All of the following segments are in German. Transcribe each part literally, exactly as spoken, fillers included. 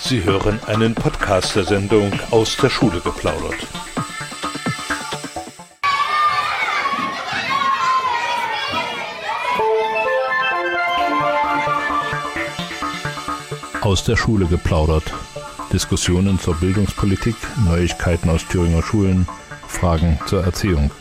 Sie hören einen Podcast der Sendung Aus der Schule geplaudert. Aus der Schule geplaudert. Diskussionen zur Bildungspolitik, Neuigkeiten aus Thüringer Schulen, Fragen zur Erziehung.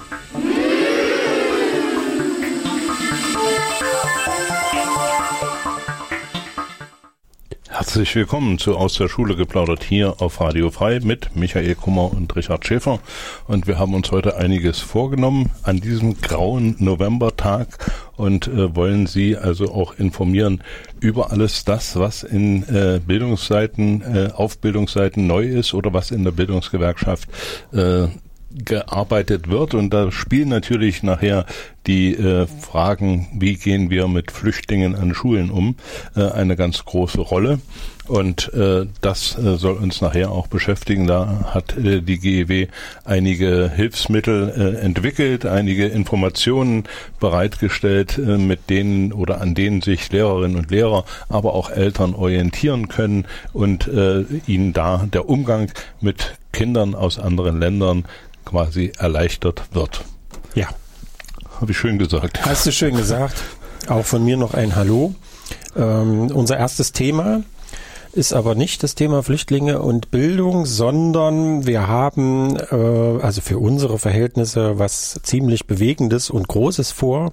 Herzlich willkommen zu Aus der Schule geplaudert hier auf Radio Frei mit Michael Kummer und Richard Schäfer. Und wir haben uns heute einiges vorgenommen an diesem grauen Novembertag und äh, wollen Sie also auch informieren über alles das, was in äh, Bildungsseiten, äh, auf Bildungsseiten neu ist oder was in der Bildungsgewerkschaft äh, gearbeitet wird. Und da spielen natürlich nachher die äh, Fragen, wie gehen wir mit Flüchtlingen an Schulen um, äh, eine ganz große Rolle. Und äh, das äh, soll uns nachher auch beschäftigen. Da hat äh, die G E W einige Hilfsmittel äh, entwickelt, einige Informationen bereitgestellt, äh, mit denen oder an denen sich Lehrerinnen und Lehrer, aber auch Eltern orientieren können und äh, ihnen da der Umgang mit Kindern aus anderen Ländern quasi erleichtert wird. Ja. Habe ich schön gesagt. Hast du schön gesagt. Auch von mir noch ein Hallo. Ähm, unser erstes Thema ist aber nicht das Thema Flüchtlinge und Bildung, sondern wir haben äh, also für unsere Verhältnisse was ziemlich Bewegendes und Großes vor.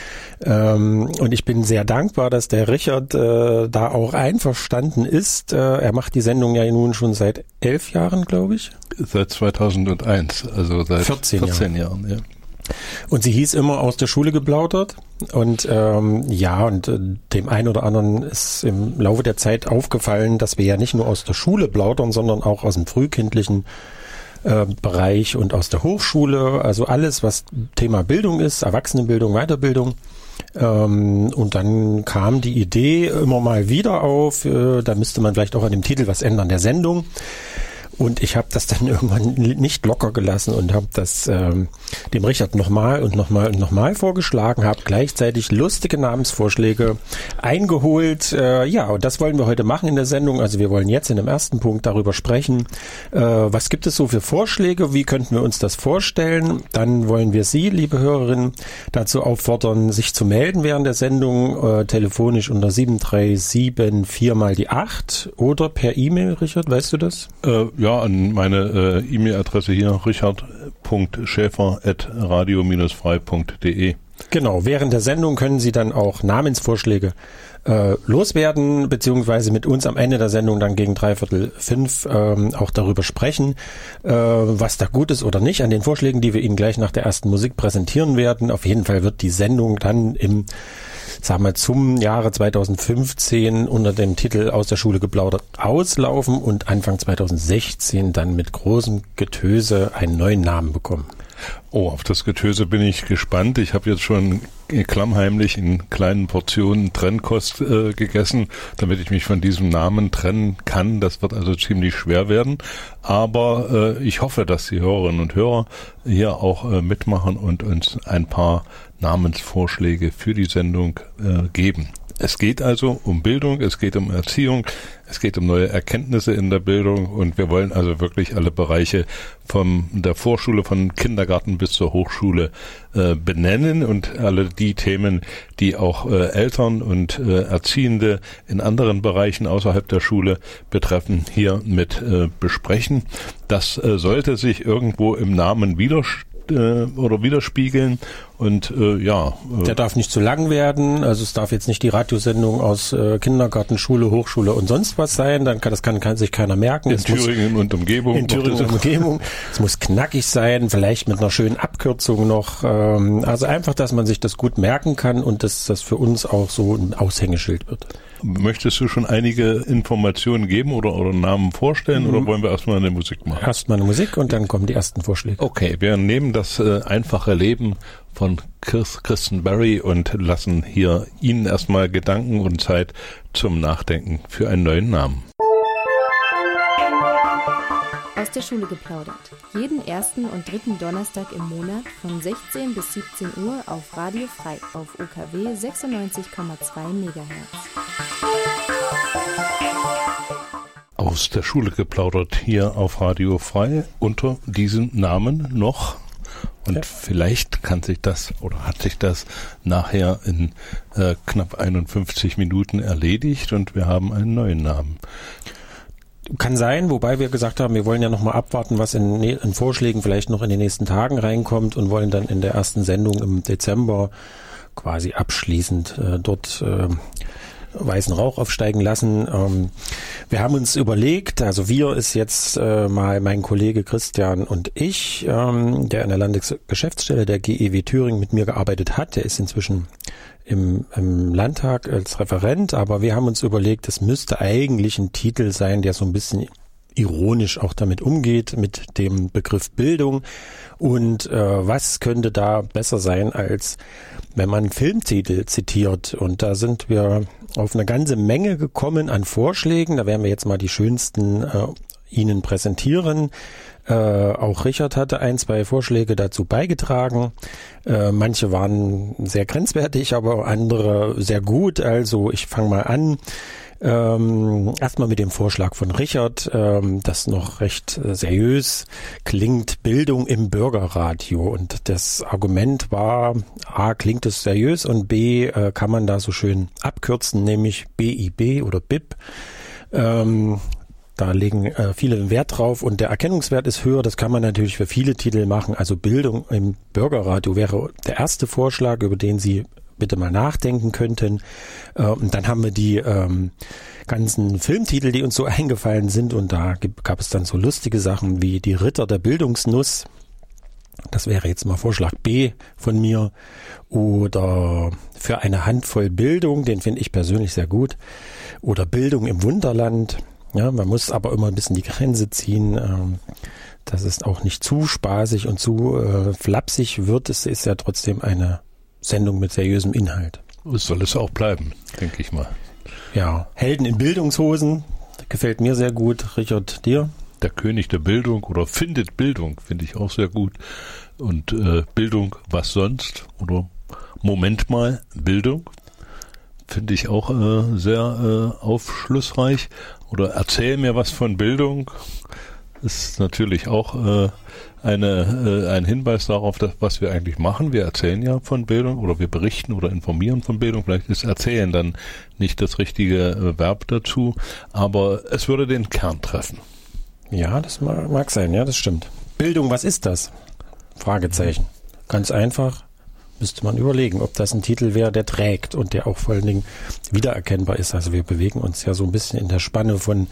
Ähm, und ich bin sehr dankbar, dass der Richard äh, da auch einverstanden ist. Äh, er macht die Sendung ja nun schon seit elf Jahren, glaube ich. Seit zweitausendeins, also seit vierzehn, vierzehn Jahren. Jahren, ja. Und sie hieß immer Aus der Schule geplaudert. Und ähm, ja, und äh, dem einen oder anderen ist im Laufe der Zeit aufgefallen, dass wir ja nicht nur aus der Schule plaudern, sondern auch aus dem frühkindlichen äh, Bereich und aus der Hochschule. Also alles, was Thema Bildung ist, Erwachsenenbildung, Weiterbildung. Ähm, und dann kam die Idee immer mal wieder auf, äh, da müsste man vielleicht auch an dem Titel was ändern, der Sendung. Und ich habe das dann irgendwann nicht locker gelassen und habe das ähm, dem Richard nochmal und nochmal und nochmal vorgeschlagen, habe gleichzeitig lustige Namensvorschläge eingeholt. Äh, ja, und das wollen wir heute machen in der Sendung. Also wir wollen jetzt in dem ersten Punkt darüber sprechen, äh, was gibt es so für Vorschläge, wie könnten wir uns das vorstellen. Dann wollen wir Sie, liebe Hörerinnen, dazu auffordern, sich zu melden während der Sendung, äh, telefonisch unter sieben drei sieben vier mal die acht oder per E-Mail, Richard, weißt du das? Äh, ja. An meine äh, E-Mail-Adresse hier, richard punkt schäfer at radio frei punkt de. Genau, während der Sendung können Sie dann auch Namensvorschläge äh, loswerden, beziehungsweise mit uns am Ende der Sendung dann gegen dreiviertel fünf ähm, auch darüber sprechen, äh, was da gut ist oder nicht an den Vorschlägen, die wir Ihnen gleich nach der ersten Musik präsentieren werden. Auf jeden Fall wird die Sendung dann im sagen wir, zum Jahre zweitausendfünfzehn unter dem Titel Aus der Schule geplaudert auslaufen und Anfang zweitausendsechzehn dann mit großem Getöse einen neuen Namen bekommen. Oh, auf das Getöse bin ich gespannt. Ich habe jetzt schon klammheimlich in kleinen Portionen Trennkost äh, gegessen, damit ich mich von diesem Namen trennen kann. Das wird also ziemlich schwer werden. Aber äh, ich hoffe, dass die Hörerinnen und Hörer hier auch äh, mitmachen und uns ein paar Namensvorschläge für die Sendung äh, geben. Es geht also um Bildung, es geht um Erziehung, es geht um neue Erkenntnisse in der Bildung und wir wollen also wirklich alle Bereiche von der Vorschule, von Kindergarten bis zur Hochschule äh, benennen und alle die Themen, die auch äh, Eltern und äh, Erziehende in anderen Bereichen außerhalb der Schule betreffen, hier mit äh, besprechen. Das äh, sollte sich irgendwo im Namen widerspiegeln oder widerspiegeln und äh, ja. Äh Der darf nicht zu lang werden, also es darf jetzt nicht die Radiosendung aus äh, Kindergarten, Schule, Hochschule und sonst was sein, dann kann das kann, kann sich keiner merken. In es Thüringen muss, und Umgebung. In Thüringen und Umgebung. Es muss knackig sein, vielleicht mit einer schönen Abkürzung noch. Ähm, also einfach, dass man sich das gut merken kann und dass das für uns auch so ein Aushängeschild wird. Möchtest du schon einige Informationen geben oder, oder Namen vorstellen mhm. oder wollen wir erstmal eine Musik machen? Erstmal eine Musik und dann kommen die ersten Vorschläge. Okay, wir nehmen das äh, einfache Leben von Chris, Kristen Berry und lassen hier Ihnen erstmal Gedanken und Zeit zum Nachdenken für einen neuen Namen. Aus der Schule geplaudert. Jeden ersten und dritten Donnerstag im Monat von sechzehn bis siebzehn Uhr auf Radio Frei auf U K W sechsundneunzig Komma zwei Megahertz. Aus der Schule geplaudert hier auf Radio Frei unter diesem Namen noch. Und ja. Vielleicht kann sich das oder hat sich das nachher in äh, knapp einundfünfzig Minuten erledigt und wir haben einen neuen Namen. Kann sein, wobei wir gesagt haben, wir wollen ja nochmal abwarten, was in, in Vorschlägen vielleicht noch in den nächsten Tagen reinkommt und wollen dann in der ersten Sendung im Dezember quasi abschließend äh, dort äh, weißen Rauch aufsteigen lassen. Ähm, wir haben uns überlegt, also wir ist jetzt äh, mal mein Kollege Christian und ich, ähm, der in der Landesgeschäftsstelle der G E W Thüringen mit mir gearbeitet hat. Der ist inzwischen im, im Landtag als Referent, aber wir haben uns überlegt, es müsste eigentlich ein Titel sein, der so ein bisschen ironisch auch damit umgeht, mit dem Begriff Bildung. Und äh, was könnte da besser sein, als wenn man Filmtitel zitiert? Und da sind wir auf eine ganze Menge gekommen an Vorschlägen. Da werden wir jetzt mal die schönsten äh, Ihnen präsentieren. Äh, auch Richard hatte ein, zwei Vorschläge dazu beigetragen. Äh, manche waren sehr grenzwertig, aber andere sehr gut. Also ich fange mal an. Ähm, erstmal mit dem Vorschlag von Richard, ähm, das noch recht äh, seriös klingt, Bildung im Bürgerradio. Und das Argument war, A, klingt es seriös und B, äh, kann man da so schön abkürzen, nämlich B I B oder B I B. Ähm, Da legen äh, viele Wert drauf und der Erkennungswert ist höher. Das kann man natürlich für viele Titel machen. Also Bildung im Bürgerradio wäre der erste Vorschlag, über den Sie bitte mal nachdenken könnten. Äh, und dann haben wir die ähm, ganzen Filmtitel, die uns so eingefallen sind. Und da gibt, gab es dann so lustige Sachen wie Die Ritter der Bildungsnuss. Das wäre jetzt mal Vorschlag B von mir. Oder Für eine Handvoll Bildung, den finde ich persönlich sehr gut. Oder Bildung im Wunderland. Ja, man muss aber immer ein bisschen die Grenze ziehen, ähm, dass es auch nicht zu spaßig und zu äh, flapsig wird. Es ist ja trotzdem eine Sendung mit seriösem Inhalt. Es soll es auch bleiben, denke ich mal. Ja, Helden in Bildungshosen, gefällt mir sehr gut. Richard, dir? Der König der Bildung oder Findet Bildung, finde ich auch sehr gut. Und äh, Bildung, was sonst? Oder Moment mal, Bildung, finde ich auch äh, sehr äh, aufschlussreich. Oder Erzähl mir was von Bildung, ist natürlich auch äh, eine, äh, ein Hinweis darauf, dass, was wir eigentlich machen. Wir erzählen ja von Bildung oder wir berichten oder informieren von Bildung. Vielleicht ist Erzählen dann nicht das richtige äh, Verb dazu, aber es würde den Kern treffen. Ja, das mag, mag sein, ja, das stimmt. Bildung, was ist das? Fragezeichen. Ganz einfach. Müsste man überlegen, ob das ein Titel wäre, der trägt und der auch vor allen Dingen wiedererkennbar ist. Also wir bewegen uns ja so ein bisschen in der Spanne von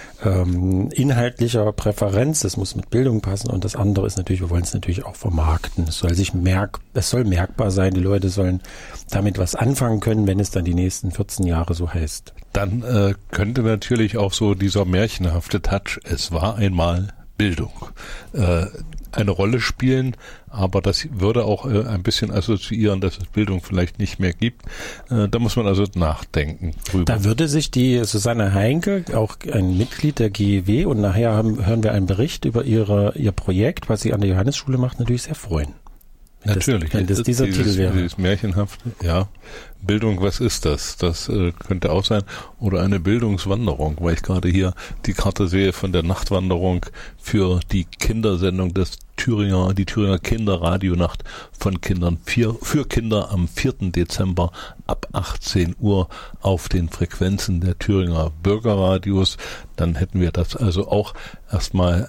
ähm, inhaltlicher Präferenz. Das muss mit Bildung passen und das andere ist natürlich, wir wollen es natürlich auch vermarkten. Es soll sich merk, es soll merkbar sein. Die Leute sollen damit was anfangen können, wenn es dann die nächsten vierzehn Jahre so heißt. Dann äh, könnte natürlich auch so dieser märchenhafte Touch, es war einmal Bildung, äh, eine Rolle spielen, aber das würde auch äh, ein bisschen assoziieren, dass es Bildung vielleicht nicht mehr gibt. Äh, da muss man also nachdenken drüber. Da würde sich die Susanne Heinke, auch ein Mitglied der G E W, und nachher haben, hören wir einen Bericht über ihre, ihr Projekt, was sie an der Johannesschule macht, natürlich sehr freuen. Wenn natürlich. Das, wenn das dieser dieses, Titel wäre. Dieses Märchenhafte, ja. Bildung, was ist das? Das äh, könnte auch sein. Oder eine Bildungswanderung, weil ich gerade hier die Karte sehe von der Nachtwanderung für die Kindersendung des Thüringer, die Thüringer Kinderradionacht von Kindern vier, für Kinder am vierten Dezember ab achtzehn Uhr auf den Frequenzen der Thüringer Bürgerradios. Dann hätten wir das also auch erstmal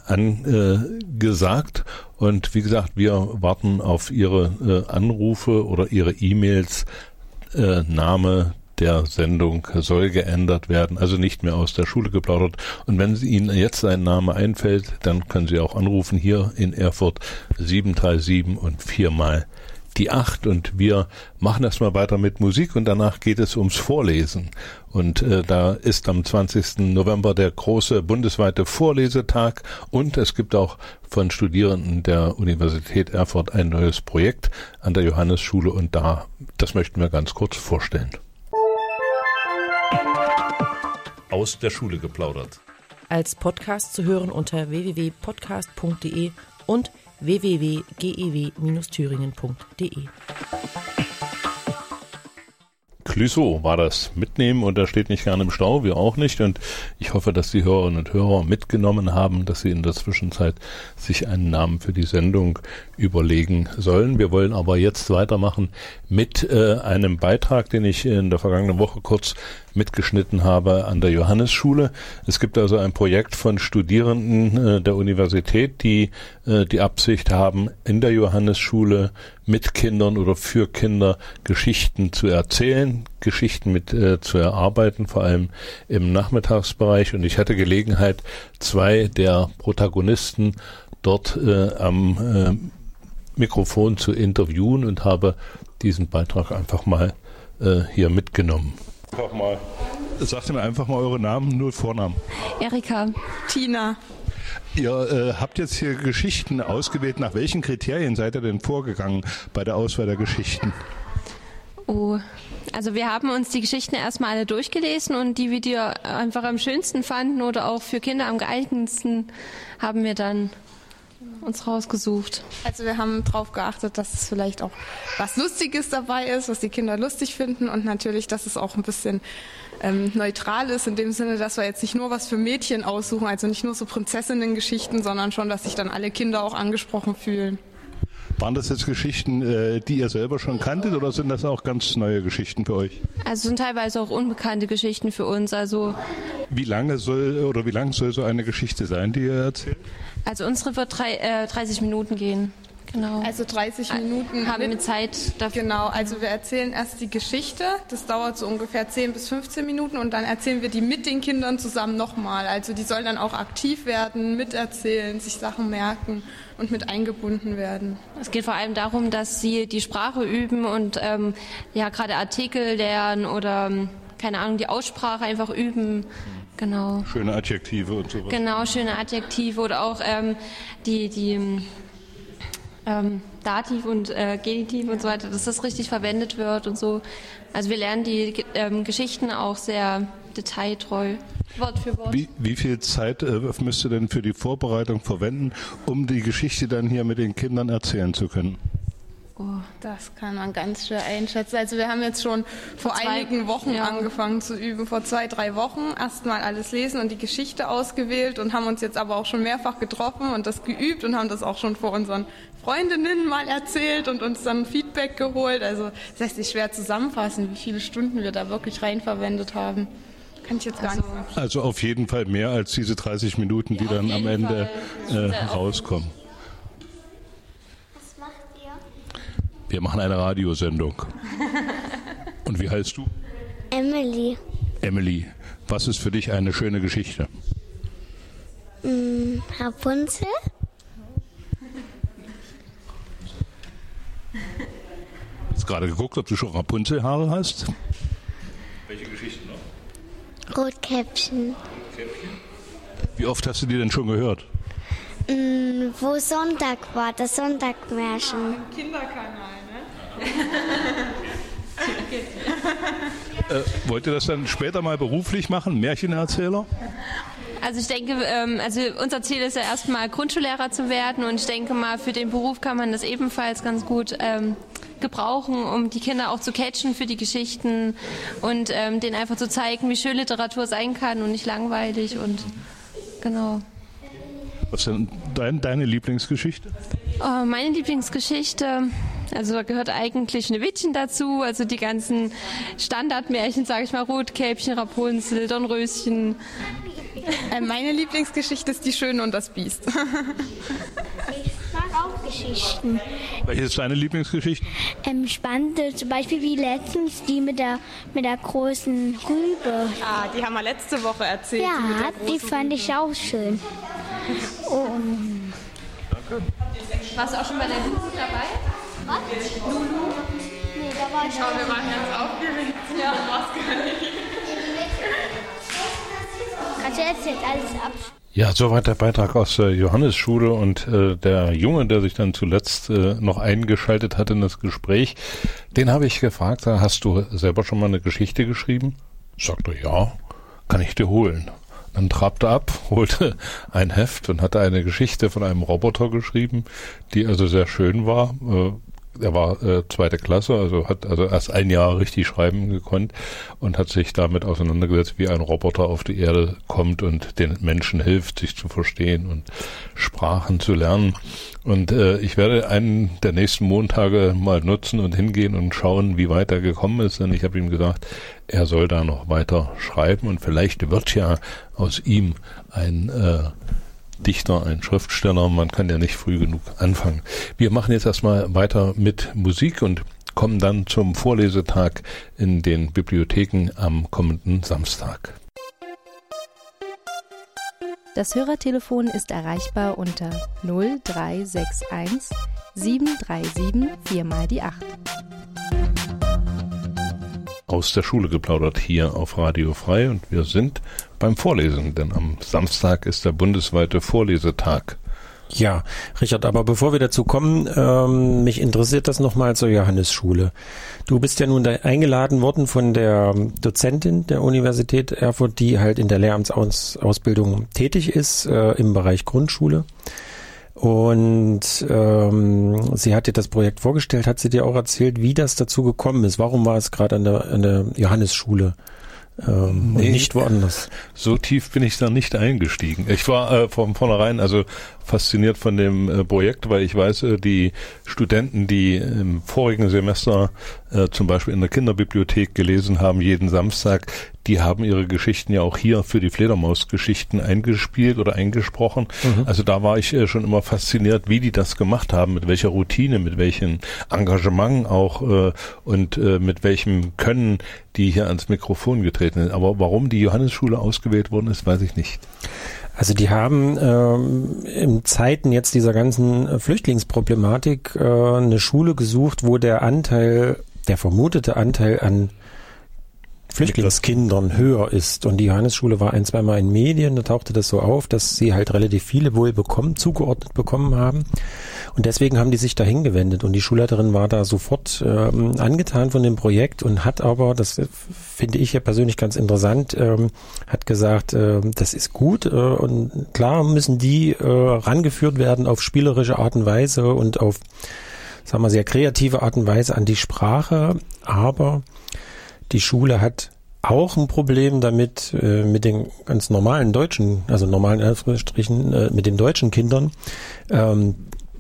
angesagt. Und wie gesagt, wir warten auf Ihre äh, Anrufe oder Ihre E-Mails. Äh, Name der Sendung soll geändert werden, also nicht mehr aus der Schule geplaudert. Und wenn Ihnen jetzt ein Name einfällt, dann können Sie auch anrufen hier in Erfurt sieben drei sieben und viermal die acht. Und wir machen erstmal weiter mit Musik und danach geht es ums Vorlesen. Und äh, da ist am zwanzigsten November der große bundesweite Vorlesetag und es gibt auch von Studierenden der Universität Erfurt ein neues Projekt an der Johannesschule und da, das möchten wir ganz kurz vorstellen. Aus der Schule geplaudert. Als Podcast zu hören unter w w w punkt podcast punkt d e und w w w punkt g e w Bindestrich thüringen punkt d e. Clouseau war das, mitnehmen, und er steht nicht gerne im Stau, wir auch nicht, und ich hoffe, dass die Hörerinnen und Hörer mitgenommen haben, dass sie in der Zwischenzeit sich einen Namen für die Sendung überlegen sollen. Wir wollen aber jetzt weitermachen mit äh, einem Beitrag, den ich in der vergangenen Woche kurz mitgeschnitten habe an der Johannesschule. Es gibt also ein Projekt von Studierenden äh, der Universität, die äh, die Absicht haben, in der Johannesschule mit Kindern oder für Kinder Geschichten zu erzählen, Geschichten mit äh, zu erarbeiten, vor allem im Nachmittagsbereich. Und ich hatte Gelegenheit, zwei der Protagonisten dort äh, am äh, Mikrofon zu interviewen und habe diesen Beitrag einfach mal äh, hier mitgenommen. Einfach mal, sagt mir einfach mal eure Namen, nur Vornamen. Erika. Tina. Ihr äh, habt jetzt hier Geschichten ausgewählt. Nach welchen Kriterien seid ihr denn vorgegangen bei der Auswahl der Geschichten? Oh, also wir haben uns die Geschichten erstmal alle durchgelesen und die, die wir einfach am schönsten fanden oder auch für Kinder am geeignetsten, haben wir dann uns rausgesucht. Also wir haben darauf geachtet, dass es vielleicht auch was Lustiges dabei ist, was die Kinder lustig finden, und natürlich, dass es auch ein bisschen ähm, neutral ist, in dem Sinne, dass wir jetzt nicht nur was für Mädchen aussuchen, also nicht nur so Prinzessinnen-Geschichten, sondern schon, dass sich dann alle Kinder auch angesprochen fühlen. Waren das jetzt Geschichten, äh, die ihr selber schon kanntet, oder sind das auch ganz neue Geschichten für euch? Also sind teilweise auch unbekannte Geschichten für uns. Also wie lange soll oder wie lang soll so eine Geschichte sein, die ihr erzählt? Also unsere wird drei, äh, dreißig Minuten gehen. Genau. Also dreißig Minuten haben wir Zeit dafür. Genau, also wir erzählen erst die Geschichte, das dauert so ungefähr zehn bis fünfzehn Minuten, und dann erzählen wir die mit den Kindern zusammen nochmal. Also die sollen dann auch aktiv werden, miterzählen, sich Sachen merken und mit eingebunden werden. Es geht vor allem darum, dass sie die Sprache üben und ähm, ja gerade Artikel lernen oder keine Ahnung, die Aussprache einfach üben. Genau. Schöne Adjektive und sowas. Genau, schöne Adjektive oder auch ähm, die, die ähm, Dativ und äh, Genitiv und so weiter, dass das richtig verwendet wird und so. Also wir lernen die ähm, Geschichten auch sehr detailtreu, Wort für Wort. Wie, wie viel Zeit äh, müsst ihr denn für die Vorbereitung verwenden, um die Geschichte dann hier mit den Kindern erzählen zu können? Oh, das kann man ganz schwer einschätzen. Also wir haben jetzt schon vor, vor zwei, einigen Wochen ja. angefangen zu üben, vor zwei, drei Wochen. Erstmal alles lesen und die Geschichte ausgewählt und haben uns jetzt aber auch schon mehrfach getroffen und das geübt und haben das auch schon vor unseren Freundinnen mal erzählt und uns dann Feedback geholt. Also das lässt sich schwer zusammenfassen, wie viele Stunden wir da wirklich rein verwendet haben. Kann ich jetzt gar also, nicht sagen. Also auf jeden Fall mehr als diese dreißig Minuten, die ja, dann am Ende äh, rauskommen. Wir machen eine Radiosendung. Und wie heißt du? Emily. Emily, was ist für dich eine schöne Geschichte? Mm, Rapunzel. Du hast gerade geguckt, ob du schon Rapunzelhaare hast. Welche Geschichten noch? Rotkäppchen. Rotkäppchen. Wie oft hast du die denn schon gehört? Mm, wo Sonntag war, das Sonntagmärchen. Im Kinderkanal. äh, wollt ihr das dann später mal beruflich machen, Märchenerzähler? Also ich denke, ähm, also unser Ziel ist ja erstmal Grundschullehrer zu werden, und ich denke mal, für den Beruf kann man das ebenfalls ganz gut ähm, gebrauchen, um die Kinder auch zu catchen für die Geschichten und ähm, denen einfach zu zeigen, wie schön Literatur sein kann und nicht langweilig, und genau. Was ist denn dein, deine Lieblingsgeschichte? Oh, meine Lieblingsgeschichte, also da gehört eigentlich Schneewittchen dazu, also die ganzen Standardmärchen, sage ich mal, Rotkäppchen, Rapunzel, Dornröschen. Äh, meine Lieblingsgeschichte ist Die Schöne und das Biest. Ich mag auch Geschichten. Welche ist deine Lieblingsgeschichte? Ähm, spannende, zum Beispiel wie letztens die mit der, mit der großen Rübe. Ah, die haben wir letzte Woche erzählt. Ja, die, die fand ich auch schön. Oh. Danke. Warst du auch schon bei der Lulu dabei? Was? Lulu? Nee, da war ich auch. Wir waren ganz aufgeregt. Ja, war's gar nicht. Kannst du jetzt, jetzt alles ab? Ja, soweit der Beitrag aus der Johannesschule, und äh, der Junge, der sich dann zuletzt äh, noch eingeschaltet hat in das Gespräch, den habe ich gefragt, hast du selber schon mal eine Geschichte geschrieben? Sagte, ja, kann ich dir holen. Dann trabte ab, holte ein Heft und hatte eine Geschichte von einem Roboter geschrieben, die also sehr schön war. Äh, er war äh, zweite Klasse, also hat also erst ein Jahr richtig schreiben gekonnt und hat sich damit auseinandergesetzt, wie ein Roboter auf die Erde kommt und den Menschen hilft, sich zu verstehen und Sprachen zu lernen. Und äh, ich werde einen der nächsten Montage mal nutzen und hingehen und schauen, wie weit er gekommen ist. Denn ich habe ihm gesagt, er soll da noch weiter schreiben und vielleicht wird ja aus ihm ein äh, Dichter, ein Schriftsteller. Man kann ja nicht früh genug anfangen. Wir machen jetzt erstmal weiter mit Musik und kommen dann zum Vorlesetag in den Bibliotheken am kommenden Samstag. Das Hörertelefon ist erreichbar unter null drei sechs eins sieben drei sieben vier mal die acht. Aus der Schule geplaudert hier auf Radio Frei und wir sind beim Vorlesen, denn am Samstag ist der bundesweite Vorlesetag. Ja, Richard, aber bevor wir dazu kommen, ähm, mich interessiert das nochmal zur Johannesschule. Du bist ja nun da eingeladen worden von der Dozentin der Universität Erfurt, die halt in der Lehramtsausbildung tätig ist, äh, im Bereich Grundschule. Und ähm, sie hat dir das Projekt vorgestellt, hat sie dir auch erzählt, wie das dazu gekommen ist. Warum war es gerade an der, an der Johannesschule? Ähm, nee, und nicht woanders. So tief bin ich da nicht eingestiegen. Ich war äh, von vornherein also fasziniert von dem äh, Projekt, weil ich weiß, äh, die Studenten, die im vorigen Semester äh, zum Beispiel in der Kinderbibliothek gelesen haben, jeden Samstag, die haben ihre Geschichten ja auch hier für die Fledermaus-Geschichten eingespielt oder eingesprochen. Mhm. Also da war ich äh, schon immer fasziniert, wie die das gemacht haben, mit welcher Routine, mit welchem Engagement auch äh, und äh, mit welchem Können die hier ans Mikrofon getreten sind. Aber warum die Johannesschule ausgewählt worden ist, weiß ich nicht. Also die haben ähm, in Zeiten jetzt dieser ganzen Flüchtlingsproblematik äh, eine Schule gesucht, wo der Anteil, der vermutete Anteil an Flüchtlingskindern höher ist. Und die Johannesschule war ein, zweimal in Medien, da tauchte das so auf, dass sie halt relativ viele wohl bekommen, zugeordnet bekommen haben. Und deswegen haben die sich da hingewendet. Und die Schulleiterin war da sofort ähm, angetan von dem Projekt und hat aber, das finde ich ja persönlich ganz interessant, ähm, hat gesagt, äh, das ist gut. Äh, und klar müssen die äh, rangeführt werden auf spielerische Art und Weise und auf, sagen wir, sehr kreative Art und Weise an die Sprache. Aber die Schule hat auch ein Problem damit, äh, mit den ganz normalen deutschen, also normalen Anführungsstrichen, äh, mit den deutschen Kindern, ähm,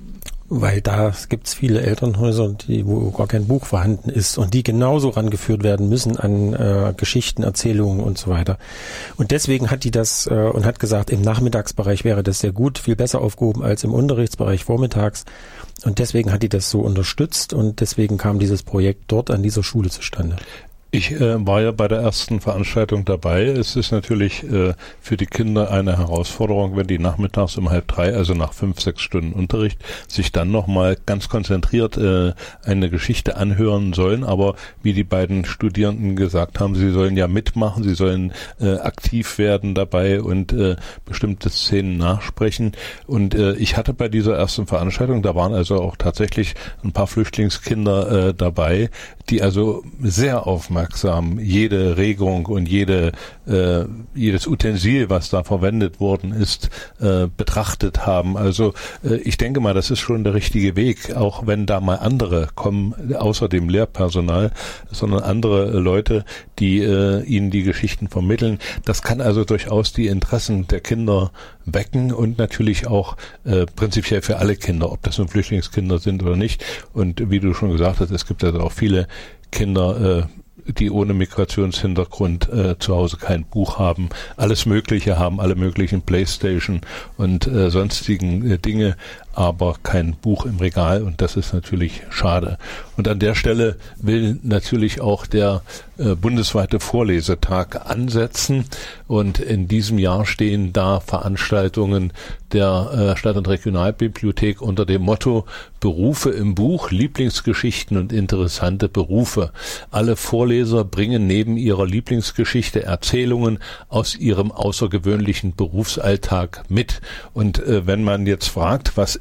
weil da gibt's viele Elternhäuser, die, wo gar kein Buch vorhanden ist und die genauso rangeführt werden müssen an äh, Geschichten, Erzählungen und so weiter. Und deswegen hat die das äh, und hat gesagt, im Nachmittagsbereich wäre das sehr gut, viel besser aufgehoben als im Unterrichtsbereich vormittags. Und deswegen hat die das so unterstützt und deswegen kam dieses Projekt dort an dieser Schule zustande. Ich äh, war ja bei der ersten Veranstaltung dabei. Es ist natürlich äh, für die Kinder eine Herausforderung, wenn die nachmittags um halb drei, also nach fünf, sechs Stunden Unterricht, sich dann nochmal ganz konzentriert äh, eine Geschichte anhören sollen. Aber wie die beiden Studierenden gesagt haben, sie sollen ja mitmachen, sie sollen äh, aktiv werden dabei und äh, bestimmte Szenen nachsprechen. Und äh, ich hatte bei dieser ersten Veranstaltung, da waren also auch tatsächlich ein paar Flüchtlingskinder äh, dabei, die also sehr aufmerksam jede Regung und jede äh, jedes Utensil, was da verwendet worden ist, äh, betrachtet haben. Also äh, ich denke mal, das ist schon der richtige Weg, auch wenn da mal andere kommen, außer dem Lehrpersonal, sondern andere äh, Leute, die äh, ihnen die Geschichten vermitteln. Das kann also durchaus die Interessen der Kinder wecken und natürlich auch äh, prinzipiell für alle Kinder, ob das nun Flüchtlingskinder sind oder nicht. Und wie du schon gesagt hast, es gibt also auch viele Kinder, äh, die ohne Migrationshintergrund äh, zu Hause kein Buch haben, alles Mögliche haben, alle möglichen Playstation und äh, sonstigen äh, Dinge, aber kein Buch im Regal und das ist natürlich schade. Und an der Stelle will natürlich auch der äh, bundesweite Vorlesetag ansetzen und in diesem Jahr stehen da Veranstaltungen der äh, Stadt- und Regionalbibliothek unter dem Motto Berufe im Buch, Lieblingsgeschichten und interessante Berufe. Alle Vorleser bringen neben ihrer Lieblingsgeschichte Erzählungen aus ihrem außergewöhnlichen Berufsalltag mit. Und äh, wenn man jetzt fragt, was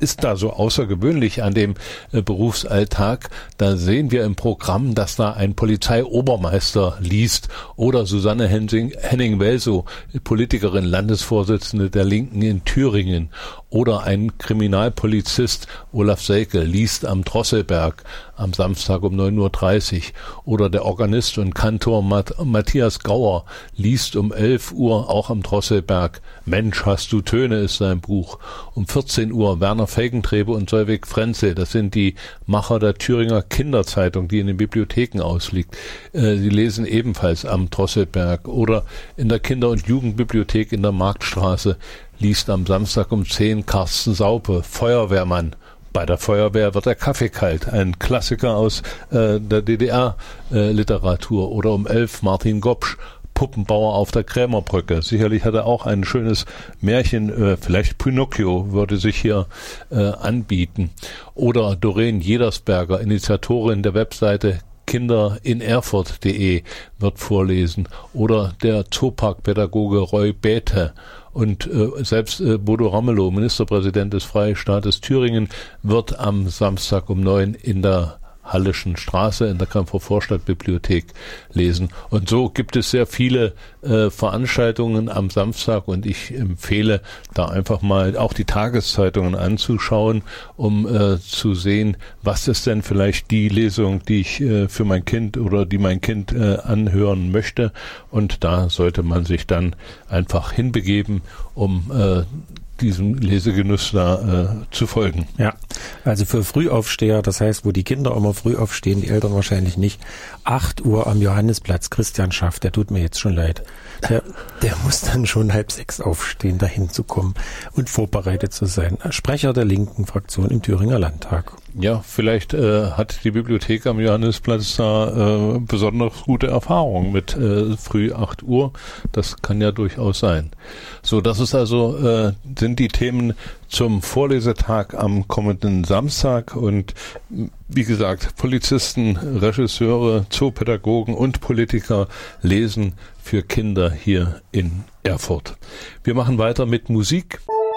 ist da so außergewöhnlich an dem äh, Berufsalltag? Da sehen wir im Programm, dass da ein Polizeiobermeister liest oder Susanne Henning-Welsow, Politikerin, Landesvorsitzende der Linken in Thüringen, oder ein Kriminalpolizist, Olaf Selke, liest am Drosselberg am Samstag um neun Uhr dreißig, oder der Organist und Kantor Matt- Matthias Gauer liest um elf Uhr auch am Drosselberg Mensch, hast du Töne ist sein Buch. Um vierzehn Uhr Werner Felgentrebe und Solveig Frenzel, das sind die Macher der Thüringer Kinderzeitung, die in den Bibliotheken ausliegt. Äh, sie lesen ebenfalls am Drosselberg, oder in der Kinder- und Jugendbibliothek in der Marktstraße liest am Samstag um zehn Carsten Saupe, Feuerwehrmann. Bei der Feuerwehr wird der Kaffee kalt, ein Klassiker aus äh, der D D R-Literatur. Äh, oder um elf Martin Gopsch, Puppenbauer auf der Krämerbrücke. Sicherlich hat er auch ein schönes Märchen, äh, vielleicht Pinocchio würde sich hier äh, anbieten. Oder Doreen Jedersberger, Initiatorin der Webseite Kinder in Erfurt punkt de, wird vorlesen. Oder der Zooparkpädagoge Roy Bethe. Und äh, selbst äh, Bodo Ramelow, Ministerpräsident des Freistaates Thüringen, wird am Samstag um neun in der Halleschen Straße in der Kampfer Vorstadtbibliothek lesen. Und so gibt es sehr viele äh, Veranstaltungen am Samstag, und ich empfehle, da einfach mal auch die Tageszeitungen anzuschauen, um äh, zu sehen, was ist denn vielleicht die Lesung, die ich äh, für mein Kind oder die mein Kind äh, anhören möchte. Und da sollte man sich dann einfach hinbegeben, um äh, diesem Lesegenuss da äh, zu folgen. Ja, also für Frühaufsteher, das heißt, wo die Kinder immer früh aufstehen, die Eltern wahrscheinlich nicht, acht Uhr am Johannesplatz, Christian Schaff, der tut mir jetzt schon leid. Der, der muss dann schon halb sechs aufstehen, dahin zu kommen und vorbereitet zu sein. Sprecher der linken Fraktion im Thüringer Landtag. Ja, vielleicht äh, hat die Bibliothek am Johannesplatz da äh, besonders gute Erfahrungen mit äh, früh acht Uhr. Das kann ja durchaus sein. So, das ist also äh, sind die Themen zum Vorlesetag am kommenden Samstag. Und wie gesagt, Polizisten, Regisseure, Zoopädagogen und Politiker lesen für Kinder hier in Erfurt. Wir machen weiter mit Musik.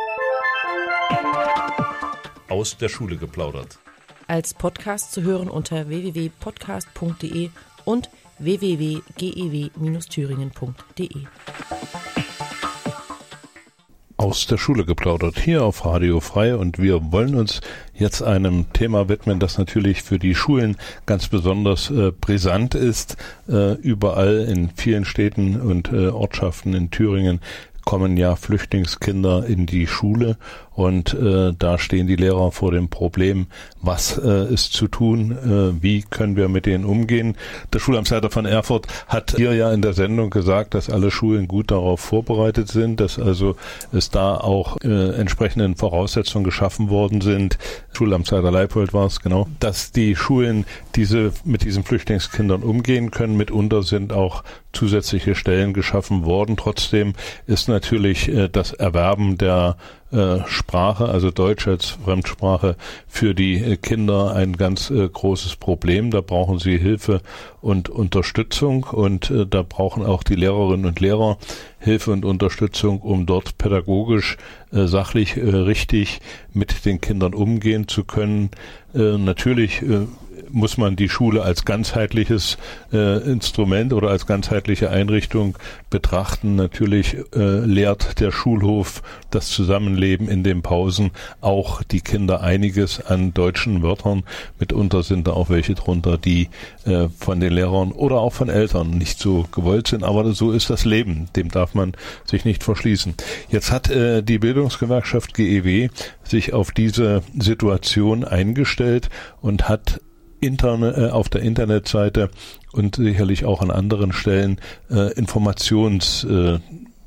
Aus der Schule geplaudert. Als Podcast zu hören unter w w w punkt podcast punkt de und w w w punkt g e w Bindestrich thüringen punkt de. Aus der Schule geplaudert, hier auf Radio Frei, und wir wollen uns jetzt einem Thema widmen, das natürlich für die Schulen ganz besonders äh, brisant ist. Äh, überall in vielen Städten und äh, Ortschaften in Thüringen kommen ja Flüchtlingskinder in die Schule, und äh, da stehen die Lehrer vor dem Problem, was äh, ist zu tun, äh, wie können wir mit denen umgehen. Der Schulamtsleiter von Erfurt hat hier ja in der Sendung gesagt, dass alle Schulen gut darauf vorbereitet sind, dass also es da auch äh, entsprechenden Voraussetzungen geschaffen worden sind. Schulamtsleiter Leipold war es, genau, dass die Schulen diese mit diesen Flüchtlingskindern umgehen können. Mitunter sind auch zusätzliche Stellen geschaffen worden. Trotzdem ist natürlich äh, das Erwerben der äh, Sprache, also Deutsch als Fremdsprache, für die äh, Kinder ein ganz äh, großes Problem. Da brauchen sie Hilfe und Unterstützung, und äh, da brauchen auch die Lehrerinnen und Lehrer Hilfe und Unterstützung, um dort pädagogisch, äh, sachlich, äh, richtig mit den Kindern umgehen zu können. Äh, natürlich äh, muss man die Schule als ganzheitliches äh, Instrument oder als ganzheitliche Einrichtung betrachten. Natürlich äh, lehrt der Schulhof das Zusammenleben in den Pausen auch die Kinder einiges an deutschen Wörtern. Mitunter sind da auch welche drunter, die äh, von den Lehrern oder auch von Eltern nicht so gewollt sind. Aber so ist das Leben. Dem darf man sich nicht verschließen. Jetzt hat äh, die Bildungsgewerkschaft G E W sich auf diese Situation eingestellt und hat Interne, äh, auf der Internetseite und sicherlich auch an anderen Stellen äh, Informationstafeln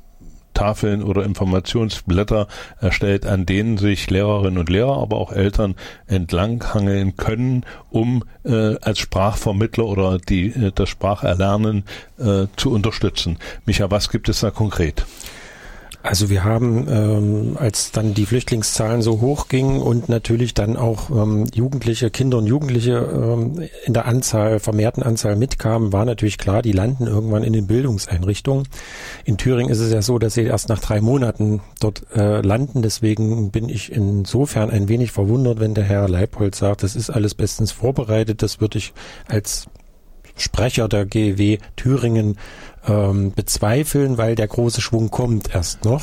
äh, oder Informationsblätter erstellt, an denen sich Lehrerinnen und Lehrer, aber auch Eltern entlanghangeln können, um äh, als Sprachvermittler oder die äh, das Spracherlernen äh, zu unterstützen. Micha, was gibt es da konkret? Also wir haben, ähm, als dann die Flüchtlingszahlen so hoch gingen und natürlich dann auch ähm, Jugendliche, Kinder und Jugendliche ähm, in der Anzahl, vermehrten Anzahl mitkamen, war natürlich klar, die landen irgendwann in den Bildungseinrichtungen. In Thüringen ist es ja so, dass sie erst nach drei Monaten dort äh, landen. Deswegen bin ich insofern ein wenig verwundert, wenn der Herr Leipold sagt, das ist alles bestens vorbereitet. Das würde ich als Sprecher der G E W Thüringen ähm, bezweifeln, weil der große Schwung kommt erst noch.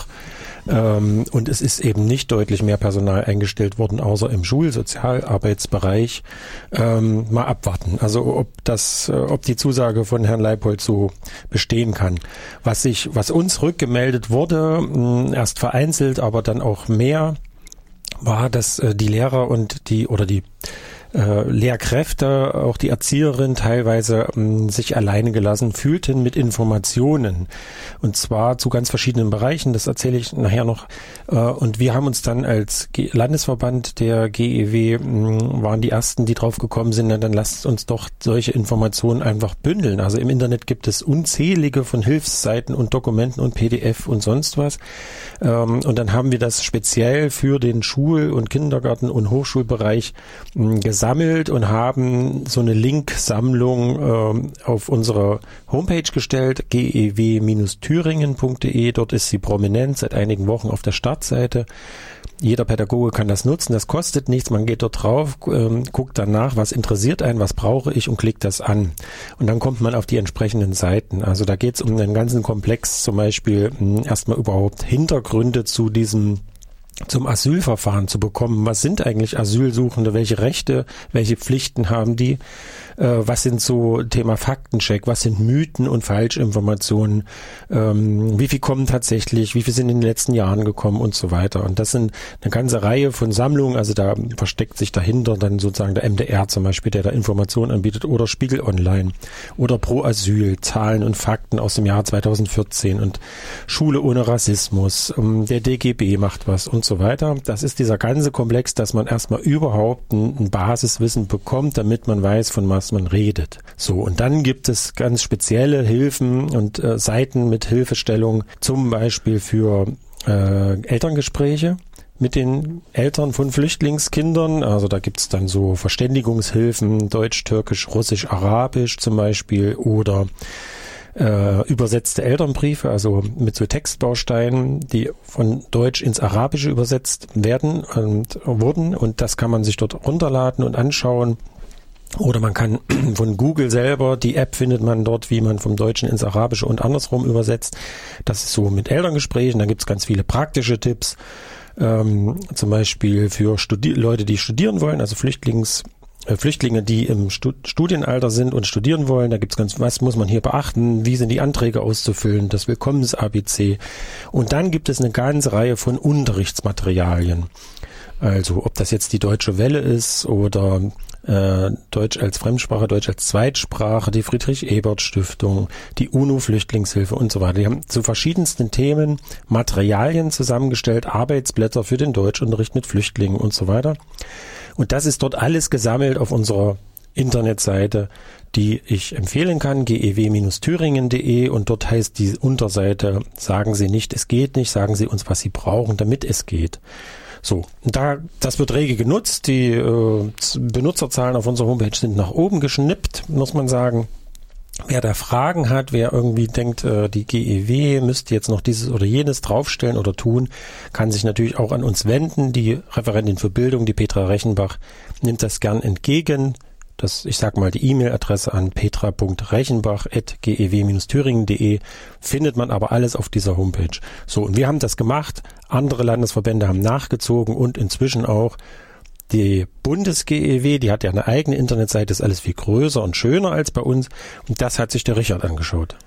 Ähm, und es ist eben nicht deutlich mehr Personal eingestellt worden, außer im Schulsozialarbeitsbereich. Ähm, mal abwarten. Also ob das, äh, ob die Zusage von Herrn Leipold so bestehen kann. Was sich, was uns rückgemeldet wurde, mh, erst vereinzelt, aber dann auch mehr, war, dass äh, die Lehrer und die oder die Äh, Lehrkräfte, auch die Erzieherin teilweise ähm, sich alleine gelassen fühlten mit Informationen. Und zwar zu ganz verschiedenen Bereichen, das erzähle ich nachher noch. Äh, und wir haben uns dann als G- Landesverband der G E W, mh, waren die Ersten, die drauf gekommen sind, na, dann lasst uns doch solche Informationen einfach bündeln. Also im Internet gibt es unzählige von Hilfsseiten und Dokumenten und P D F und sonst was. Ähm, und dann haben wir das speziell für den Schul- und Kindergarten- und Hochschulbereich mh, gesammelt und haben so eine Linksammlung ähm, auf unsere Homepage gestellt, g e w Bindestrich thüringen punkt d e. Dort ist sie prominent seit einigen Wochen auf der Startseite. Jeder Pädagoge kann das nutzen, das kostet nichts, man geht dort drauf, ähm, guckt danach, was interessiert einen, was brauche ich und klickt das an. Und dann kommt man auf die entsprechenden Seiten. Also da geht es um den ganzen Komplex, zum Beispiel mh, erstmal überhaupt Hintergründe zu diesem zum Asylverfahren zu bekommen. Was sind eigentlich Asylsuchende? Welche Rechte, welche Pflichten haben die? Äh, was sind so Thema Faktencheck? Was sind Mythen und Falschinformationen? Ähm, wie viel kommen tatsächlich? Wie viel sind in den letzten Jahren gekommen und so weiter? Und das sind eine ganze Reihe von Sammlungen. Also da versteckt sich dahinter dann sozusagen der M D R zum Beispiel, der da Informationen anbietet, oder Spiegel Online oder Pro Asyl, Zahlen und Fakten aus dem Jahr zweitausendvierzehn und Schule ohne Rassismus. Ähm, der D G B macht was und so weiter. Das ist dieser ganze Komplex, dass man erstmal überhaupt ein, ein Basiswissen bekommt, damit man weiß, von was man redet. So, und dann gibt es ganz spezielle Hilfen und äh, Seiten mit Hilfestellung, zum Beispiel für äh, Elterngespräche mit den Eltern von Flüchtlingskindern. Also da gibt's dann so Verständigungshilfen, Deutsch, Türkisch, Russisch, Arabisch zum Beispiel, oder Äh, übersetzte Elternbriefe, also mit so Textbausteinen, die von Deutsch ins Arabische übersetzt werden und wurden, und das kann man sich dort runterladen und anschauen. Oder man kann von Google selber, die App findet man dort, wie man vom Deutschen ins Arabische und andersrum übersetzt. Das ist so mit Elterngesprächen, da gibt's ganz viele praktische Tipps, ähm, zum Beispiel für Studi- Leute, die studieren wollen, also Flüchtlings Flüchtlinge, die im Studienalter sind und studieren wollen. Da gibt's ganz, was muss man hier beachten? Wie sind die Anträge auszufüllen? Das Willkommens-A B C. Und dann gibt es eine ganze Reihe von Unterrichtsmaterialien. Also ob das jetzt die Deutsche Welle ist oder äh, Deutsch als Fremdsprache, Deutsch als Zweitsprache, die Friedrich-Ebert-Stiftung, die UNO-Flüchtlingshilfe und so weiter. Die haben zu verschiedensten Themen Materialien zusammengestellt, Arbeitsblätter für den Deutschunterricht mit Flüchtlingen und so weiter. Und das ist dort alles gesammelt auf unserer Internetseite, die ich empfehlen kann, g e w Bindestrich thüringen punkt d e, und dort heißt die Unterseite, sagen Sie nicht, es geht nicht, sagen Sie uns, was Sie brauchen, damit es geht. So, da, das wird rege genutzt, die äh, Benutzerzahlen auf unserer Homepage sind nach oben geschnippt, muss man sagen. Wer da Fragen hat, wer irgendwie denkt, äh, die G E W müsste jetzt noch dieses oder jenes draufstellen oder tun, kann sich natürlich auch an uns wenden. Die Referentin für Bildung, die Petra Rechenbach, nimmt das gern entgegen. Das, ich sag mal, die E-Mail-Adresse an petra punkt rechenbach at g e w Bindestrich thüringen punkt d e findet man aber alles auf dieser Homepage. So, und wir haben das gemacht. Andere Landesverbände haben nachgezogen und inzwischen auch die Bundes-G E W, die hat ja eine eigene Internetseite, ist alles viel größer und schöner als bei uns. Und das hat sich der Richard angeschaut.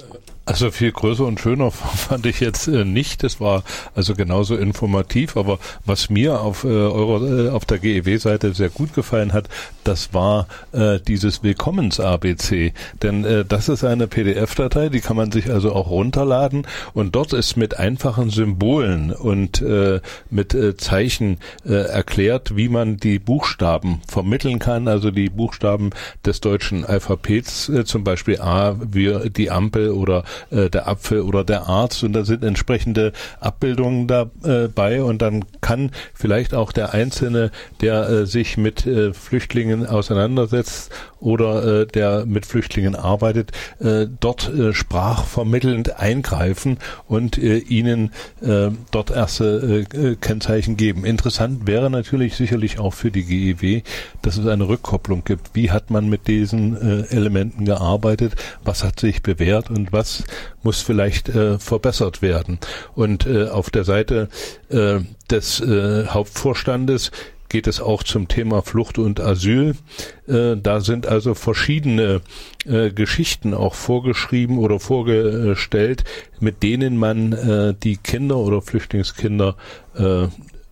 Also viel größer und schöner fand ich jetzt äh, nicht. Das war also genauso informativ. Aber was mir auf äh, eurer, äh, auf der G E W-Seite sehr gut gefallen hat, das war äh, dieses Willkommens-A B C. Denn äh, das ist eine P D F-Datei, die kann man sich also auch runterladen. Und dort ist mit einfachen Symbolen und äh, mit äh, Zeichen äh, erklärt, wie man die Buchstaben vermitteln kann. Also die Buchstaben des deutschen Alphabets, äh, zum Beispiel A, wie die Ampel oder äh, der Apfel oder der Arzt und da sind entsprechende Abbildungen dabei äh, und dann kann vielleicht auch der Einzelne, der äh, sich mit äh, Flüchtlingen auseinandersetzt oder äh, der mit Flüchtlingen arbeitet, äh, dort äh, sprachvermittelnd eingreifen und äh, ihnen äh, dort erste äh, Kennzeichen geben. Interessant wäre natürlich sicherlich auch für die G E W, dass es eine Rückkopplung gibt. Wie hat man mit diesen äh, Elementen gearbeitet? Was hat sich bewährt und was muss vielleicht äh, verbessert werden? Und äh, auf der Seite äh, des äh, Hauptvorstandes geht es auch zum Thema Flucht und Asyl. Äh, da sind also verschiedene äh, Geschichten auch vorgeschrieben oder vorgestellt, mit denen man äh, die Kinder oder Flüchtlingskinder äh,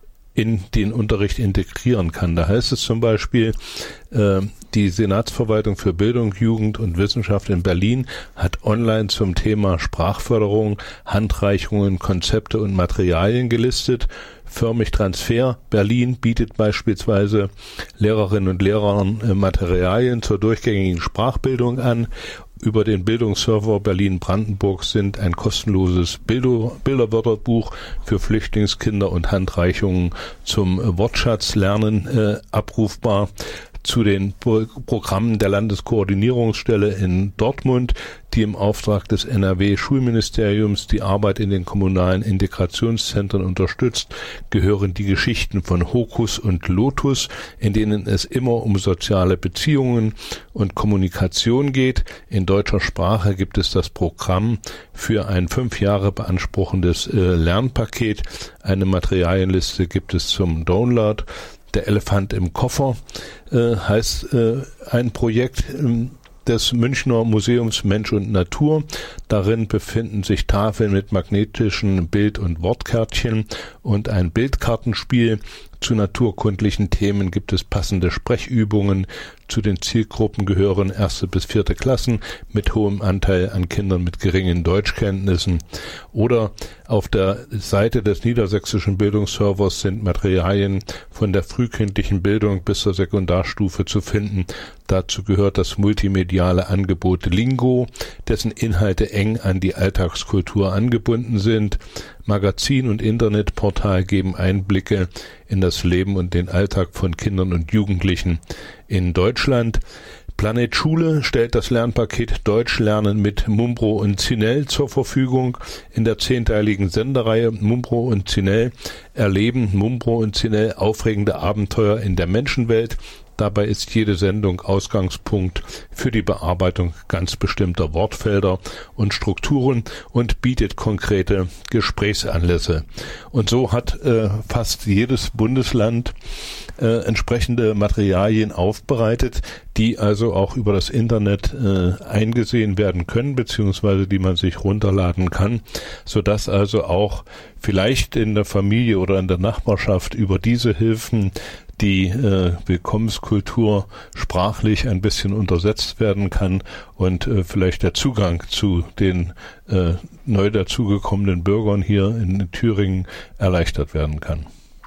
in den Unterricht integrieren kann. Da heißt es zum Beispiel, äh, die Senatsverwaltung für Bildung, Jugend und Wissenschaft in Berlin hat online zum Thema Sprachförderung Handreichungen, Konzepte und Materialien gelistet. Förmig Transfer Berlin bietet beispielsweise Lehrerinnen und Lehrern äh, Materialien zur durchgängigen Sprachbildung an. Über den Bildungsserver Berlin-Brandenburg sind ein kostenloses Bilder, Bilderwörterbuch für Flüchtlingskinder und Handreichungen zum Wortschatzlernen äh, abrufbar. Zu den Pro- Programmen der Landeskoordinierungsstelle in Dortmund, die im Auftrag des N R W-Schulministeriums die Arbeit in den kommunalen Integrationszentren unterstützt, gehören die Geschichten von Hokus und Lotus, in denen es immer um soziale Beziehungen und Kommunikation geht. In deutscher Sprache gibt es das Programm für ein fünf Jahre beanspruchendes äh, Lernpaket. Eine Materialienliste gibt es zum Download. Der Elefant im Koffer äh, heißt äh, ein Projekt äh, des Münchner Museums Mensch und Natur. Darin befinden sich Tafeln mit magnetischen Bild- und Wortkärtchen und ein Bildkartenspiel. Zu naturkundlichen Themen gibt es passende Sprechübungen. Zu den Zielgruppen gehören erste bis vierte Klassen mit hohem Anteil an Kindern mit geringen Deutschkenntnissen. Oder auf der Seite des niedersächsischen Bildungsservers sind Materialien von der frühkindlichen Bildung bis zur Sekundarstufe zu finden. Dazu gehört das multimediale Angebot Lingo, dessen Inhalte eng an die Alltagskultur angebunden sind. Magazin und Internetportal geben Einblicke in das Leben und den Alltag von Kindern und Jugendlichen in Deutschland. Planet Schule stellt das Lernpaket Deutsch lernen mit Mumbro und Zinell zur Verfügung. In der zehnteiligen Sendereihe Mumbro und Zinell erleben Mumbro und Zinell aufregende Abenteuer in der Menschenwelt. Dabei ist jede Sendung Ausgangspunkt für die Bearbeitung ganz bestimmter Wortfelder und Strukturen und bietet konkrete Gesprächsanlässe. Und so hat äh, fast jedes Bundesland äh, entsprechende Materialien aufbereitet, die also auch über das Internet äh, eingesehen werden können, beziehungsweise die man sich runterladen kann, sodass also auch vielleicht in der Familie oder in der Nachbarschaft über diese Hilfen die äh, Willkommenskultur sprachlich ein bisschen untersetzt werden kann und äh, vielleicht der Zugang zu den äh, neu dazugekommenen Bürgern hier in Thüringen erleichtert werden kann.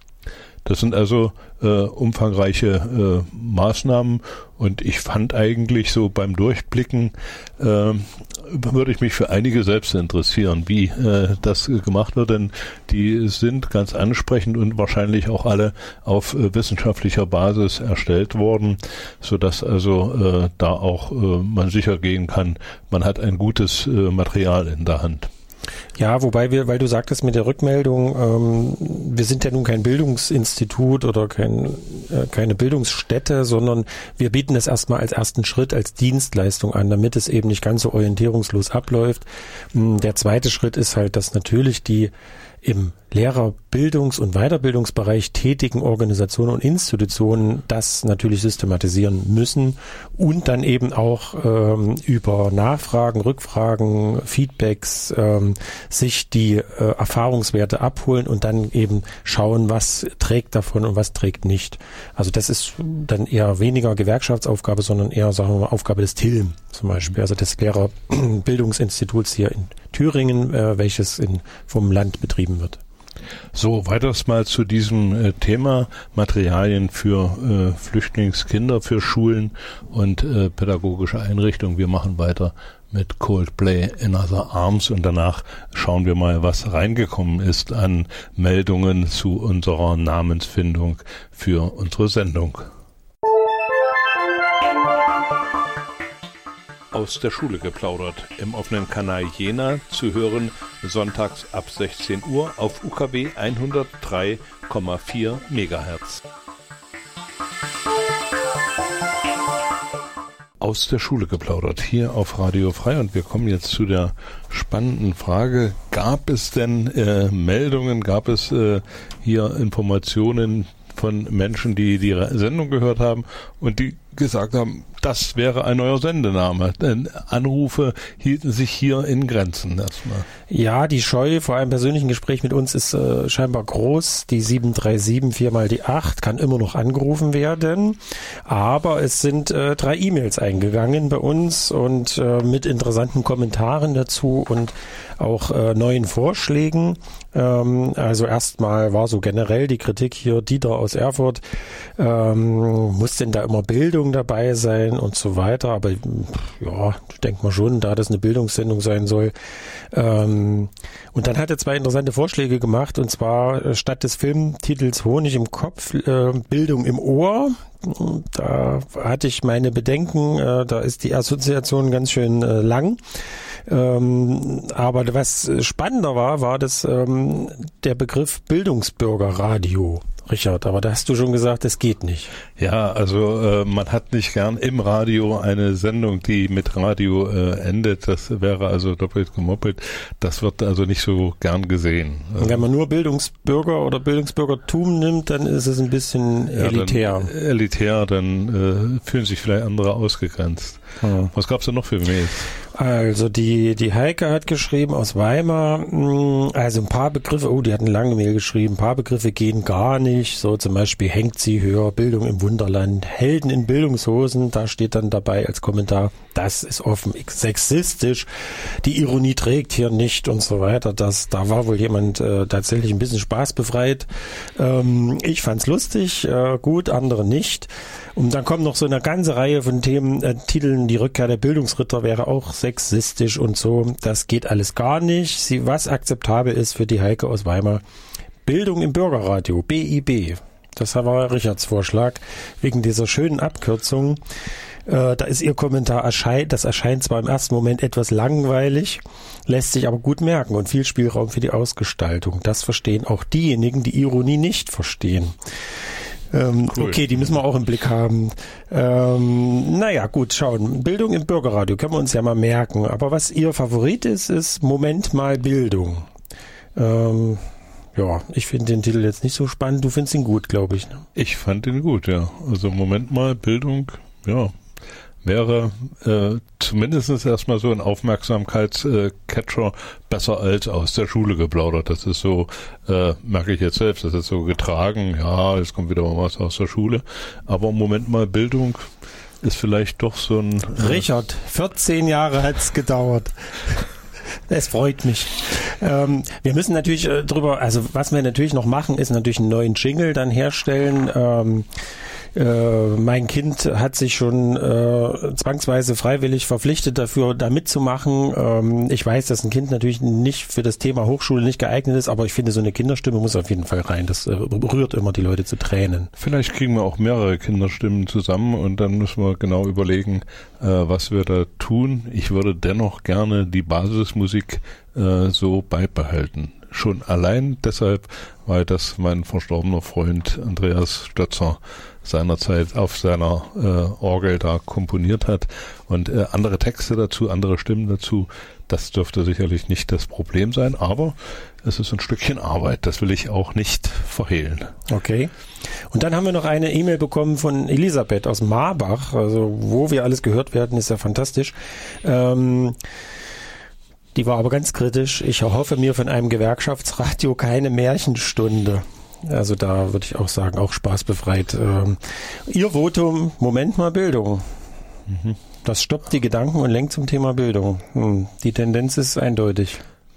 Das sind also äh, umfangreiche äh, Maßnahmen und ich fand eigentlich so beim Durchblicken, äh, würde ich mich für einige selbst interessieren, wie äh, das gemacht wird, denn die sind ganz ansprechend und wahrscheinlich auch alle auf äh, wissenschaftlicher Basis erstellt worden, sodass also äh, da auch äh, man sicher gehen kann, man hat ein gutes äh, Material in der Hand. Ja, wobei wir, weil du sagtest mit der Rückmeldung, ähm, wir sind ja nun kein Bildungsinstitut oder kein, äh, keine Bildungsstätte, sondern wir bieten es erstmal als ersten Schritt, als Dienstleistung an, damit es eben nicht ganz so orientierungslos abläuft. Der zweite Schritt ist halt, dass natürlich die im Lehrerbildungs- und Weiterbildungsbereich tätigen Organisationen und Institutionen das natürlich systematisieren müssen und dann eben auch ähm, über Nachfragen, Rückfragen, Feedbacks ähm, sich die äh, Erfahrungswerte abholen und dann eben schauen, was trägt davon und was trägt nicht. Also das ist dann eher weniger Gewerkschaftsaufgabe, sondern eher, sagen wir mal, Aufgabe des T I L M zum Beispiel, also des Lehrerbildungsinstituts hier in Thüringen, äh, welches in, vom Land betrieben wird. So, weiters mal zu diesem äh, Thema Materialien für äh, Flüchtlingskinder, für Schulen und äh, pädagogische Einrichtungen. Wir machen weiter mit Coldplay in Other Arms und danach schauen wir mal, was reingekommen ist an Meldungen zu unserer Namensfindung für unsere Sendung. Aus der Schule geplaudert, im offenen Kanal Jena zu hören, sonntags ab sechzehn Uhr auf U K W hundertdrei Komma vier Megahertz. Aus der Schule geplaudert, hier auf Radio Frei, und wir kommen jetzt zu der spannenden Frage, gab es denn äh, Meldungen, gab es äh, hier Informationen von Menschen, die die Sendung gehört haben und die gesagt haben, das wäre ein neuer Sendename. Denn Anrufe hielten sich hier in Grenzen erstmal. Ja, die Scheu vor einem persönlichen Gespräch mit uns ist äh, scheinbar groß. Die sieben drei sieben, vier mal die acht kann immer noch angerufen werden. Aber es sind äh, drei E-Mails eingegangen bei uns und äh, mit interessanten Kommentaren dazu und auch äh, neuen Vorschlägen. Ähm, also erstmal war so generell die Kritik hier, Dieter aus Erfurt, ähm, muss denn da immer Bildung dabei sein und so weiter, aber ja, ich denke mal schon, da das eine Bildungssendung sein soll. Ähm, und dann hat er zwei interessante Vorschläge gemacht, und zwar statt des Filmtitels Honig im Kopf, äh, Bildung im Ohr. Da hatte ich meine Bedenken, äh, da ist die Assoziation ganz schön äh, lang. Ähm, aber was spannender war, war das ähm, der Begriff Bildungsbürgerradio. Richard, aber da hast du schon gesagt, es geht nicht. Ja, also äh, man hat nicht gern im Radio eine Sendung, die mit Radio äh, endet. Das wäre also doppelt gemoppelt. Das wird also nicht so gern gesehen. Und wenn man nur Bildungsbürger oder Bildungsbürgertum nimmt, dann ist es ein bisschen elitär. Ja, dann, elitär, dann äh, fühlen sich vielleicht andere ausgegrenzt. Ja. Was gab's denn noch für Mails? Also die die Heike hat geschrieben aus Weimar, also ein paar Begriffe, oh, die hat eine lange Mail geschrieben, ein paar Begriffe gehen gar nicht, so zum Beispiel hängt sie höher, Bildung im Wunderland, Helden in Bildungshosen, da steht dann dabei als Kommentar, das ist offen sexistisch, die Ironie trägt hier nicht und so weiter. Das, da war wohl jemand äh, tatsächlich ein bisschen spaßbefreit. Ähm, ich fand's lustig, äh, gut, andere nicht. Und dann kommt noch so eine ganze Reihe von Themen, äh, Titeln, die Rückkehr der Bildungsritter wäre auch sexistisch und so. Das geht alles gar nicht. Sie, was akzeptabel ist für die Heike aus Weimar, Bildung im Bürgerradio, B I B. Das war Richards Vorschlag, wegen dieser schönen Abkürzung. Äh, da ist ihr Kommentar, erscheint, das erscheint zwar im ersten Moment etwas langweilig, lässt sich aber gut merken und viel Spielraum für die Ausgestaltung. Das verstehen auch diejenigen, die Ironie nicht verstehen. Ähm, cool. Okay, die müssen wir auch im Blick haben. Ähm, naja, gut, schauen. Bildung im Bürgerradio können wir uns ja mal merken. Aber was ihr Favorit ist, ist Moment mal Bildung. Ähm, ja, ich finde den Titel jetzt nicht so spannend. Du findest ihn gut, glaube ich. Ne? Ich fand ihn gut, ja. Also Moment mal Bildung, ja, wäre äh, zumindest erstmal so ein Aufmerksamkeitscatcher äh, besser als aus der Schule geplaudert. Das ist so, äh, merke ich jetzt selbst, das ist so getragen, ja, jetzt kommt wieder mal was aus der Schule. Aber im Moment mal Bildung ist vielleicht doch so ein... Äh Richard, vierzehn Jahre hat's gedauert. Es freut mich. Ähm, wir müssen natürlich äh, drüber, also was wir natürlich noch machen, ist natürlich einen neuen Jingle dann herstellen. Ähm, Äh, mein Kind hat sich schon äh, zwangsweise freiwillig verpflichtet dafür, da mitzumachen. Ähm, ich weiß, dass ein Kind natürlich nicht für das Thema Hochschule nicht geeignet ist, aber ich finde, so eine Kinderstimme muss auf jeden Fall rein. Das äh, rührt immer die Leute zu Tränen. Vielleicht kriegen wir auch mehrere Kinderstimmen zusammen und dann müssen wir genau überlegen, äh, was wir da tun. Ich würde dennoch gerne die Basismusik äh, so beibehalten. Schon allein deshalb, weil das mein verstorbener Freund Andreas Stötzer seinerzeit auf seiner äh, Orgel da komponiert hat und äh, andere Texte dazu, andere Stimmen dazu. Das dürfte sicherlich nicht das Problem sein, aber es ist ein Stückchen Arbeit, das will ich auch nicht verhehlen. Okay. Und dann haben wir noch eine E-Mail bekommen von Elisabeth aus Marbach, also wo wir alles gehört werden, ist ja fantastisch. Ähm, Die war aber ganz kritisch. Ich erhoffe mir von einem Gewerkschaftsradio keine Märchenstunde. Also da würde ich auch sagen, auch spaßbefreit. Ähm, ihr Votum, Moment mal Bildung. Mhm. Das stoppt die Gedanken und lenkt zum Thema Bildung. Hm, die Tendenz ist eindeutig.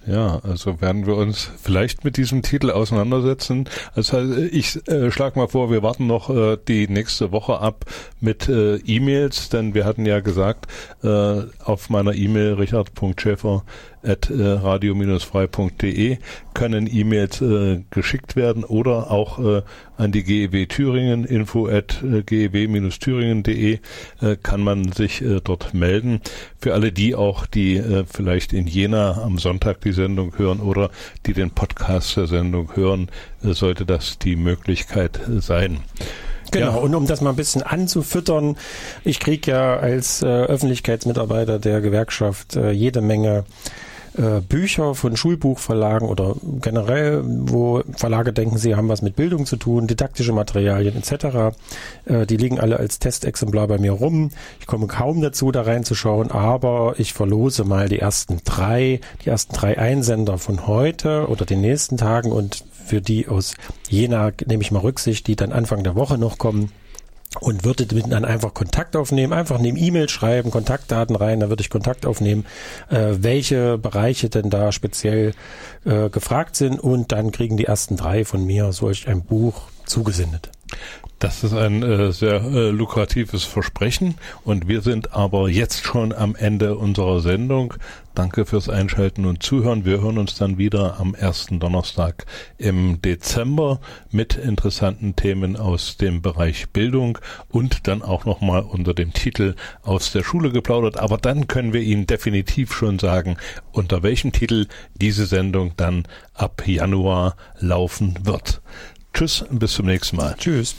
Ja, also werden wir uns vielleicht mit diesem Titel auseinandersetzen. Also ich äh, schlage mal vor, wir warten noch äh, die nächste Woche ab mit äh, E-Mails, denn wir hatten ja gesagt, äh, auf meiner E-Mail richard punkt schäfer at radio Bindestrich frei punkt de können E-Mails äh, geschickt werden oder auch äh, an die G E W Thüringen, info at g e w Bindestrich thüringen punkt de äh, kann man sich äh, dort melden. Für alle die auch, die äh, vielleicht in Jena am Sonntag die Sendung hören oder die den Podcast der Sendung hören, äh, sollte das die Möglichkeit äh, sein. Genau, Ja. und um das mal ein bisschen anzufüttern, ich kriege ja als äh, Öffentlichkeitsmitarbeiter der Gewerkschaft äh, jede Menge äh, Bücher von Schulbuchverlagen oder generell, wo Verlage denken, sie haben was mit Bildung zu tun, didaktische Materialien et cetera. Äh, die liegen alle als Testexemplar bei mir rum. Ich komme kaum dazu, da reinzuschauen, aber ich verlose mal die ersten drei, die ersten drei Einsender von heute oder den nächsten Tagen, und für die aus Jena nehme ich mal Rücksicht, die dann Anfang der Woche noch kommen. Und würde dann einfach Kontakt aufnehmen, einfach eine E-Mail schreiben, Kontaktdaten rein, da würde ich Kontakt aufnehmen, äh, welche Bereiche denn da speziell äh, gefragt sind, und dann kriegen die ersten drei von mir solch ein Buch zugesendet. Das ist ein äh, sehr äh, lukratives Versprechen, und wir sind aber jetzt schon am Ende unserer Sendung. Danke fürs Einschalten und Zuhören. Wir hören uns dann wieder am ersten Donnerstag im Dezember mit interessanten Themen aus dem Bereich Bildung und dann auch nochmal unter dem Titel Aus der Schule geplaudert. Aber dann können wir Ihnen definitiv schon sagen, unter welchem Titel diese Sendung dann ab Januar laufen wird. Tschüss, bis zum nächsten Mal. Tschüss.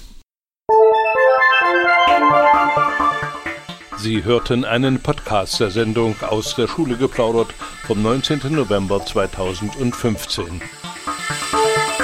Sie hörten einen Podcast der Sendung Aus der Schule geplaudert vom neunzehnten November zweitausendfünfzehn.